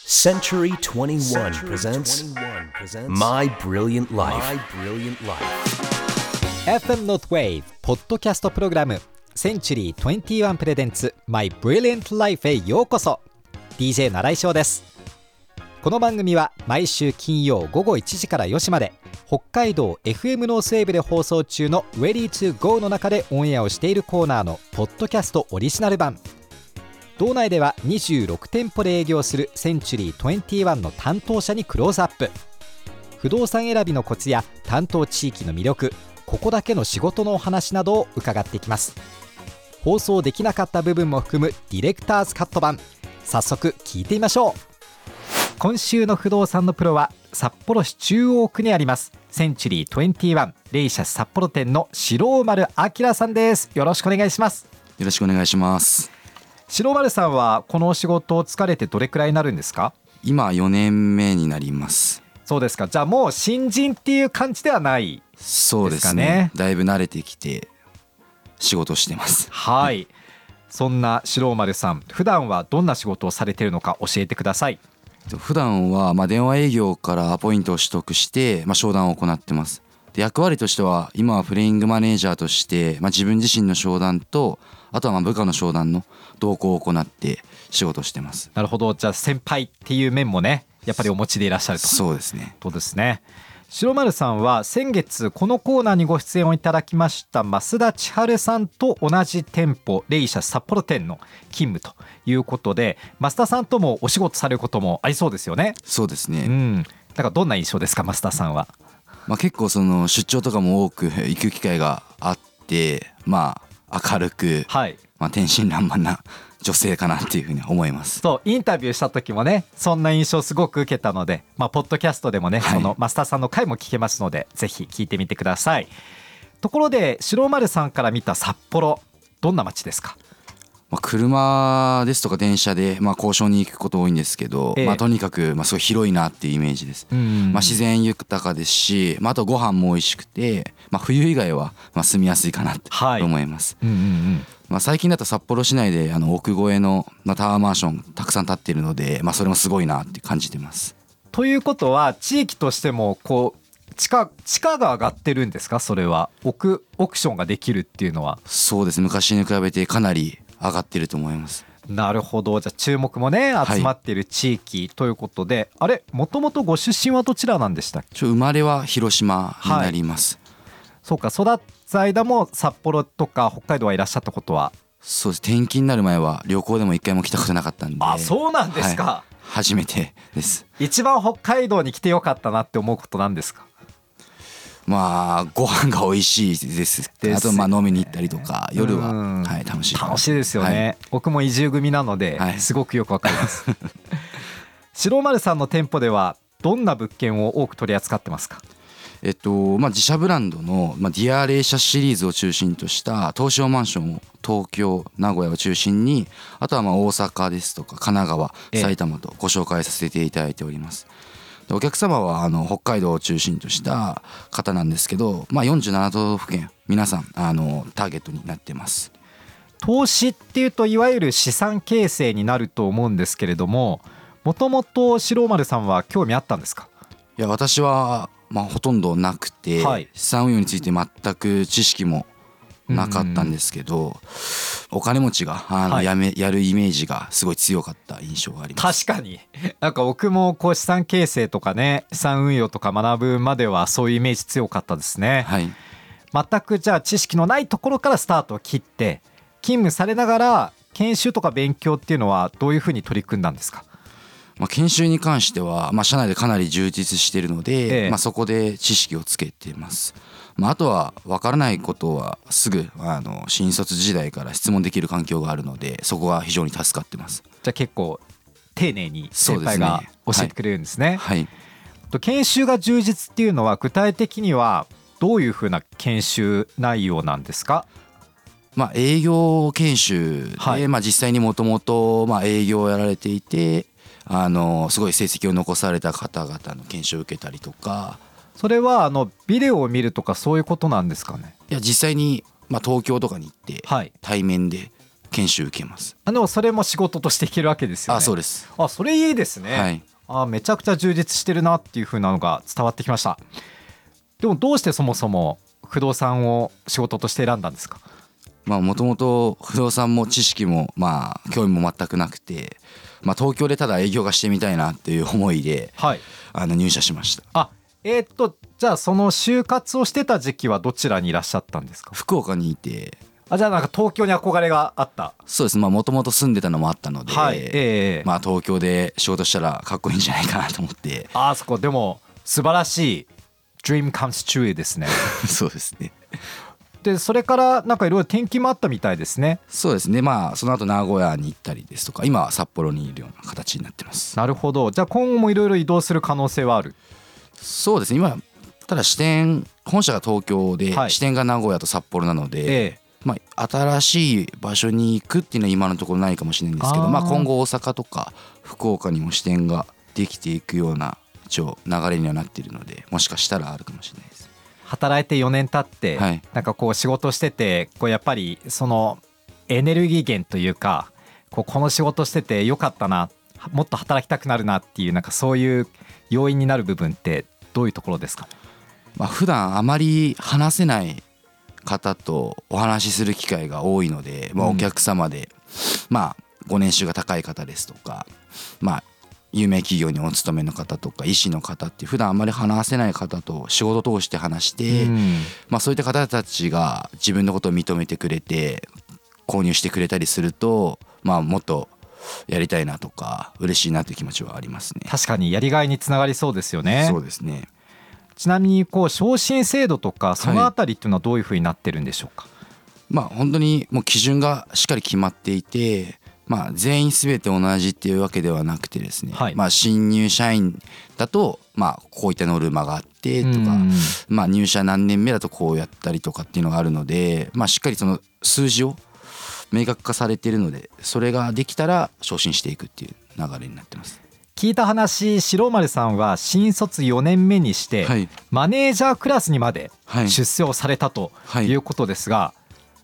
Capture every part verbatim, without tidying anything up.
Century twenty-one presents My Brilliant Life。 エフエム Northwave ポッドキャストプログラム Century トゥエンティワン プレゼンツ My Brilliant Life へようこそ。 ディージェー 習い翔です。この番組は毎週金曜午後いちじからよじまで北海道 エフエム ノースウェーブで放送中の Ready to Go の中でオンエアをしているコーナーのポッドキャストオリジナル版。道内ではにじゅうろくてんぽで営業するセンチュリートゥエンティワンの担当者にクローズアップ。不動産選びのコツや担当地域の魅力、ここだけの仕事のお話などを伺っていきます。放送できなかった部分も含むディレクターズカット版、早速聞いてみましょう。今週の不動産のプロは札幌市中央区にありますセンチュリートゥエンティワンレイシャス札幌店の白丸明さんです。よろしくお願いします。 よろしくお願いします。 白丸さんはこのお仕事を疲れてどれくらいになるんですか？ 今よねんめになります。 そうですか。じゃあもう新人っていう感じではないですかね。 そうですね、だいぶ慣れてきて仕事してます。 はい、そんな白丸さん、普段はどんな仕事をされているのか教えてください。 普段はまあ電話営業からアポイントを取得してまあ商談を行ってます。で、役割としては今はプレイングマネージャーとしてまあ自分自身の商談とあとはまあ部下の商談の同行を行って仕事をしてます。 なるほど。じゃあ先輩っていう面もねやっぱりお持ちでいらっしゃると。 そうですね。 そうですね。白丸さんは先月このコーナーにご出演をいただきました増田千春さんと同じ店舗レイシャス札幌店の勤務ということで、増田さんともお仕事されることもありそうですよね。 そうですね、 うん、だからどんな印象ですか増田さんは。 まあ、結構その出張とかも多く行く機会があってまあ明るく、 はいまあ、天真爛漫な女性かなっていうふうに思います。 そうインタビューした時もねそんな印象すごく受けたので、まあ、ポッドキャストでもね、はい、その増田さんの回も聞けますのでぜひ聞いてみてください。ところで白丸さんから見た札幌どんな街ですか？ まあ、車ですとか電車でまあ交渉に行くこと多いんですけど、 ええまあ、とにかくまあすごい広いなっていうイメージです。まあ、自然豊かですし、まあ、あとご飯も美味しくて、まあ、冬以外はまあ住みやすいかなと思います。 はいうんうんうんまあ、最近だと札幌市内であの奥越えのまあタワーマンションたくさん建っているので、まあ、それもすごいなって感じてます。 ということは地域としてもこう地価、地価が上がってるんですか？それはオク、オクションができるっていうのは。 そうです。昔に比べてかなり上がってると思います。 なるほど。じゃあ注目もね集まっている地域ということで、はい、あれもともとご出身はどちらなんでしたっけ？ ちょ生まれは広島になります。はい、 そうか。育つ間も札幌とか北海道はいらっしゃったことは？ そうです。転勤になる前は旅行でも一回も来たことなかったんで。 あ、そうなんですか。 はい、初めてです。 一番北海道に来てよかったなって思うことなんですか？ まあご飯が美味しいです。あとまあ飲みに行ったりとか夜は、はい、楽しい楽しいですよね。はい、僕も移住組なので、はい、すごくよくわかります白丸さんの店舗ではどんな物件を多く取り扱ってますか？ えっとまあ、自社ブランドの、まあ、ディアレーシャシリーズを中心とした東証マンションを東京名古屋を中心に、あとはまあ大阪ですとか神奈川埼玉とご紹介させていただいております。でお客様はあの北海道を中心とした方なんですけど、まあ、よんじゅうなな都道府県皆さんあのターゲットになってます。 投資っていうといわゆる資産形成になると思うんですけれども、もともと白丸さんは興味あったんですか？いや私はまあほとんどなくて、はい、資産運用について全く知識もなかったんですけど、お金持ちがあのやめ、はい、やるイメージがすごい強かった印象があります。 確かになんか僕もこう資産形成とかね資産運用とか学ぶまではそういうイメージ強かったですね。 はい、 全くじゃあ知識のないところからスタートを切って勤務されながら研修とか勉強っていうのはどういうふうに取り組んだんですか？ まあ、研修に関しては、まあ、社内でかなり充実しているので、ええまあ、そこで知識をつけています。まあ、あとは分からないことはすぐあの新卒時代から質問できる環境があるので、そこが非常に助かってます。 じゃあ結構丁寧に先輩が教えてくれるんですね。 はい、 はい、研修が充実っていうのは具体的にはどういうふうな研修内容なんですか？ まあ、営業研修で、はいまあ、実際にもともと営業をやられていてあのすごい成績を残された方々の研修を受けたりとか。 それはあのビデオを見るとかそういうことなんですかね？ いや実際にまあ東京とかに行って対面で研修受けます。 あのそれも仕事としていけるわけですよね。 あ、そうです。 あ、それいいですね、 はい、 あ、めちゃくちゃ充実してるなっていう風なのが伝わってきました。でもどうしてそもそも不動産を仕事として選んだんですか？ まあもともと不動産も知識もまあ興味も全くなくて、まあ、東京でただ営業がしてみたいなっていう思いで、はい、あの入社しました。 あ、えー、っとじゃあその就活をしてた時期はどちらにいらっしゃったんですか？ 福岡にいて。 あ、じゃあなんか東京に憧れがあった。 そうです。まあもともと住んでたのもあったので、はい、 えー、 まあ東京で仕事したらかっこいいんじゃないかなと思って。 あそこでも素晴らしい Dream comes true ですねそうですね。 でそれからなんかいろいろ転勤もあったみたいですね。 そうですね。まあその後名古屋に行ったりですとか、今は札幌にいるような形になってます。 なるほど。じゃあ今後もいろいろ移動する可能性はある？ そうですね。今ただ支店本社が東京で、はい、支店が名古屋と札幌なので、ええ、まあ、新しい場所に行くっていうのは今のところないかもしれないんですけど、まあ、今後大阪とか福岡にも支店ができていくような一応流れにはなっているので、もしかしたらあるかもしれないです。 働いてよねん経って、はい、なんかこう仕事しててこうやっぱりそのエネルギー源というかこうこの仕事しててよかったな、もっと働きたくなるなっていうなんかそういう要因になる部分ってどういうところですかね？ まあ、普段あまり話せない方とお話しする機会が多いので、まあ、お客様で、うん、まあご年収が高い方ですとか、まあ有名企業にお勤めの方とか医師の方って普段あんまり話せない方と仕事を通して話して、うん、まあそういった方たちが自分のことを認めてくれて購入してくれたりすると、まあもっとやりたいなとか嬉しいなという気持ちはありますね。 確かにやりがいにつながりそうですよね。 そうですね。 ちなみにこう昇進制度とかそのあたりっていうのはどういうふうになってるんでしょうか？はい、 まあ本当にもう基準がしっかり決まっていて、まあ全員全て同じっていうわけではなくてですね、はい、まあ新入社員だとまあこういったノルマがあってとか、まあ入社何年目だとこうやったりとかっていうのがあるので、まあしっかりその数字を明確化されているので、それができたら昇進していくっていう流れになってます。 聞いた話、白丸さんは新卒よねんめにして、はい、マネージャークラスにまで出世をされたということですが、はい、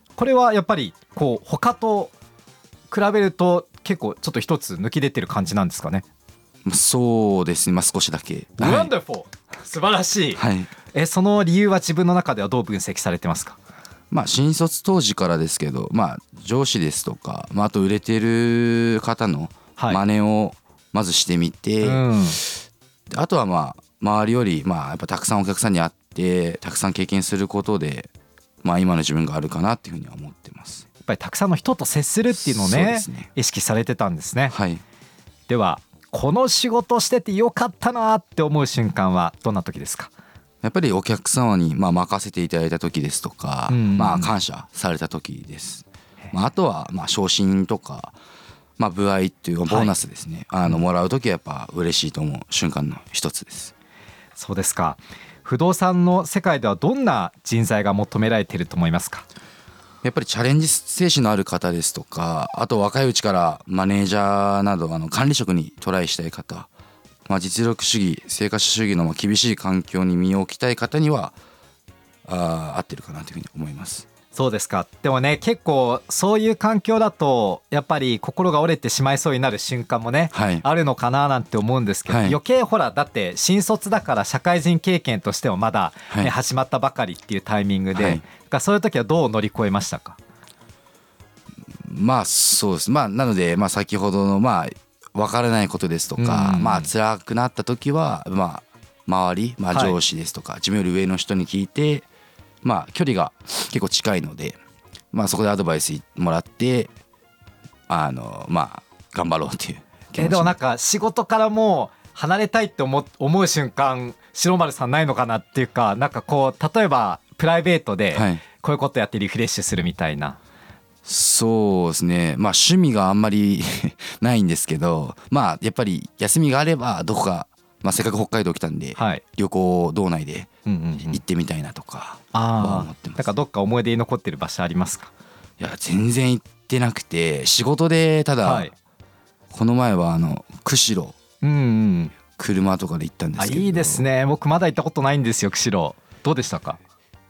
これはやっぱりこう他と比べると結構ちょっと一つ抜き出てる感じなんですかね？ そうですね、まあ、少しだけ。 ワンダフォー、素晴らしい、はい、えその理由は自分の中ではどう分析されてますか？ まあ、新卒当時からですけど、まあ、上司ですとか、まあ、あと売れてる方の真似をまずしてみて、はい、うん、あとはまあ周りよりまあやっぱたくさんお客さんに会ってたくさん経験することで、まあ、今の自分があるかなっていうふうには思ってます。 やっぱりたくさんの人と接するっていうのを ね, ね意識されてたんですね。はい、ではこの仕事しててよかったなって思う瞬間はどんな時ですか？ やっぱりお客様にまあ任せていただいた時ですとか、うん、まあ感謝された時です。まあ、あとはまあ昇進とか、まあ歩合っていうボーナスですね、はい、あのもらう時はやっぱ嬉しいと思う瞬間の一つです。 そうですか。不動産の世界ではどんな人材が求められていると思いますか？ やっぱりチャレンジ精神のある方ですとか、あと若いうちからマネージャーなどあの管理職にトライしたい方、まあ、実力主義成果主義の厳しい環境に身を置きたい方にはあ合ってるかなというふうに思います。 そうですか。でもね、結構そういう環境だとやっぱり心が折れてしまいそうになる瞬間もね、はい、あるのかななんて思うんですけど、はい、余計ほらだって新卒だから社会人経験としてもまだ、ね、はい、始まったばかりっていうタイミングで、はい、だそういう時はどう乗り越えましたか？ まあそうです。まあなので、まあ、先ほどのまあ分からないことですとか、まあ辛くなった時はまあ周り、まあ、上司ですとか、はい、自分より上の人に聞いて、まあ距離が結構近いので、まあそこでアドバイスもらってあのまあ頑張ろうっていう気持ち。 えでもなんか仕事からもう離れたいって思思う瞬間白丸さんないのかなっていうか、なんかこう例えばプライベートでこういうことやってリフレッシュするみたいな、はい、 そうですね。まあ趣味があんまりないんですけど、まあやっぱり休みがあればどこか、まあ、せっかく北海道来たんで、はい、旅行道内で行ってみたいなとかは思ってます。 なんかどっか思い出に残ってる場所ありますか？ いや全然行ってなくて、仕事でただ、はい、この前はあの釧路、うんうん、車とかで行ったんですけど。 あいいですね。僕まだ行ったことないんですよ釧路。どうでしたか？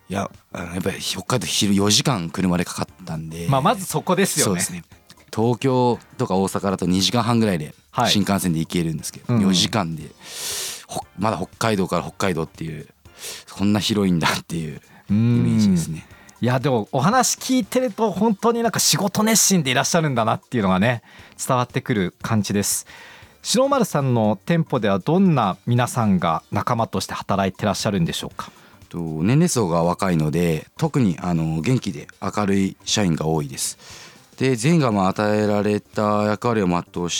いやあのやっぱり北海道昼よじかん車でかかったんで、 まあ、まずそこですよね。 そうですね。東京とか大阪だとにじかんはんぐらいで新幹線で行けるんですけど、はい、よじかんでまだ北海道から北海道っていうこんな広いんだっていうイメージですね。 いやでもお話聞いてると本当になんか仕事熱心でいらっしゃるんだなっていうのがね伝わってくる感じです。白丸さんの店舗ではどんな皆さんが仲間として働いてらっしゃるんでしょうか。 年齢層が若いので特にあの元気で明るい社員が多いです。で全員がまあ与えられた役割を全うして、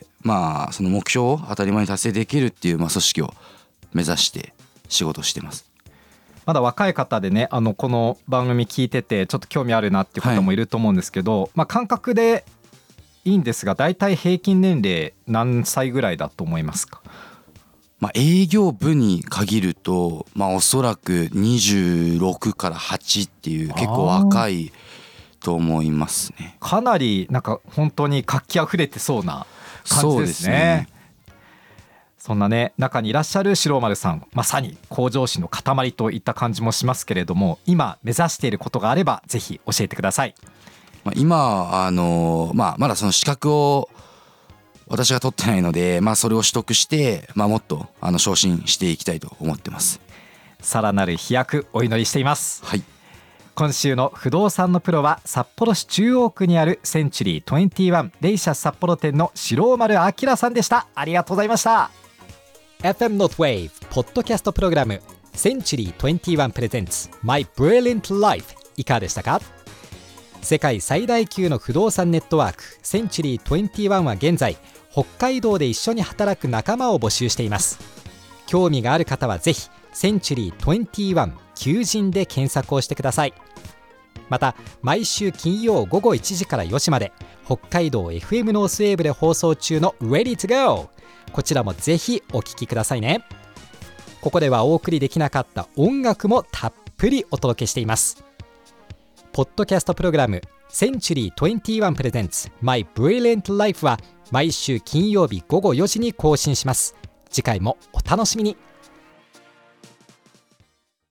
まあ、その目標を当たり前に達成できるっていうまあ組織を目指して仕事してます。 まだ若い方でねあのこの番組聞いててちょっと興味あるなっていう方もいると思うんですけど、はい、まあ、感覚でいいんですがだいたい平均年齢何歳ぐらいだと思いますか。 まあ、営業部に限ると、まあ、おそらくにじゅうろくからはちっていう結構若いと思いますね。 かなりなんか本当に活気あふれてそうな感じですね。そうですね。そんなね中にいらっしゃる白丸さん、まさに向上心の塊といった感じもしますけれども、今目指していることがあればぜひ教えてください。 まあ、今あの、まあ、まだその資格を私が取ってないので、まあ、それを取得して、まあ、もっとあの昇進していきたいと思ってます。 さらなる飛躍お祈りしています。 はい。 今週の不動産のプロは札幌市中央区にあるセンチュリーにじゅういちレイシャス札幌店の白丸明さんでした。ありがとうございました。 エフエム Notwave ポッドキャストプログラムセンチュリーにじゅういちプレゼンツ My Brilliant Life いかがでしたか。世界最大級の不動産ネットワークセンチュリーにじゅういちは現在北海道で一緒に働く仲間を募集しています。興味がある方はぜひセンチュリーにじゅういち求人で検索をしてください。また毎週金曜午後いちじからよじまで北海道 エフエム ノースウェーブで放送中の Ready to Go、 こちらもぜひお聞きくださいね。ここではお送りできなかった音楽もたっぷりお届けしています。ポッドキャストプログラムセンチュリーにじゅういちプレゼンツ My Brilliant Life は毎週金曜日午後よじに更新します。次回もお楽しみに。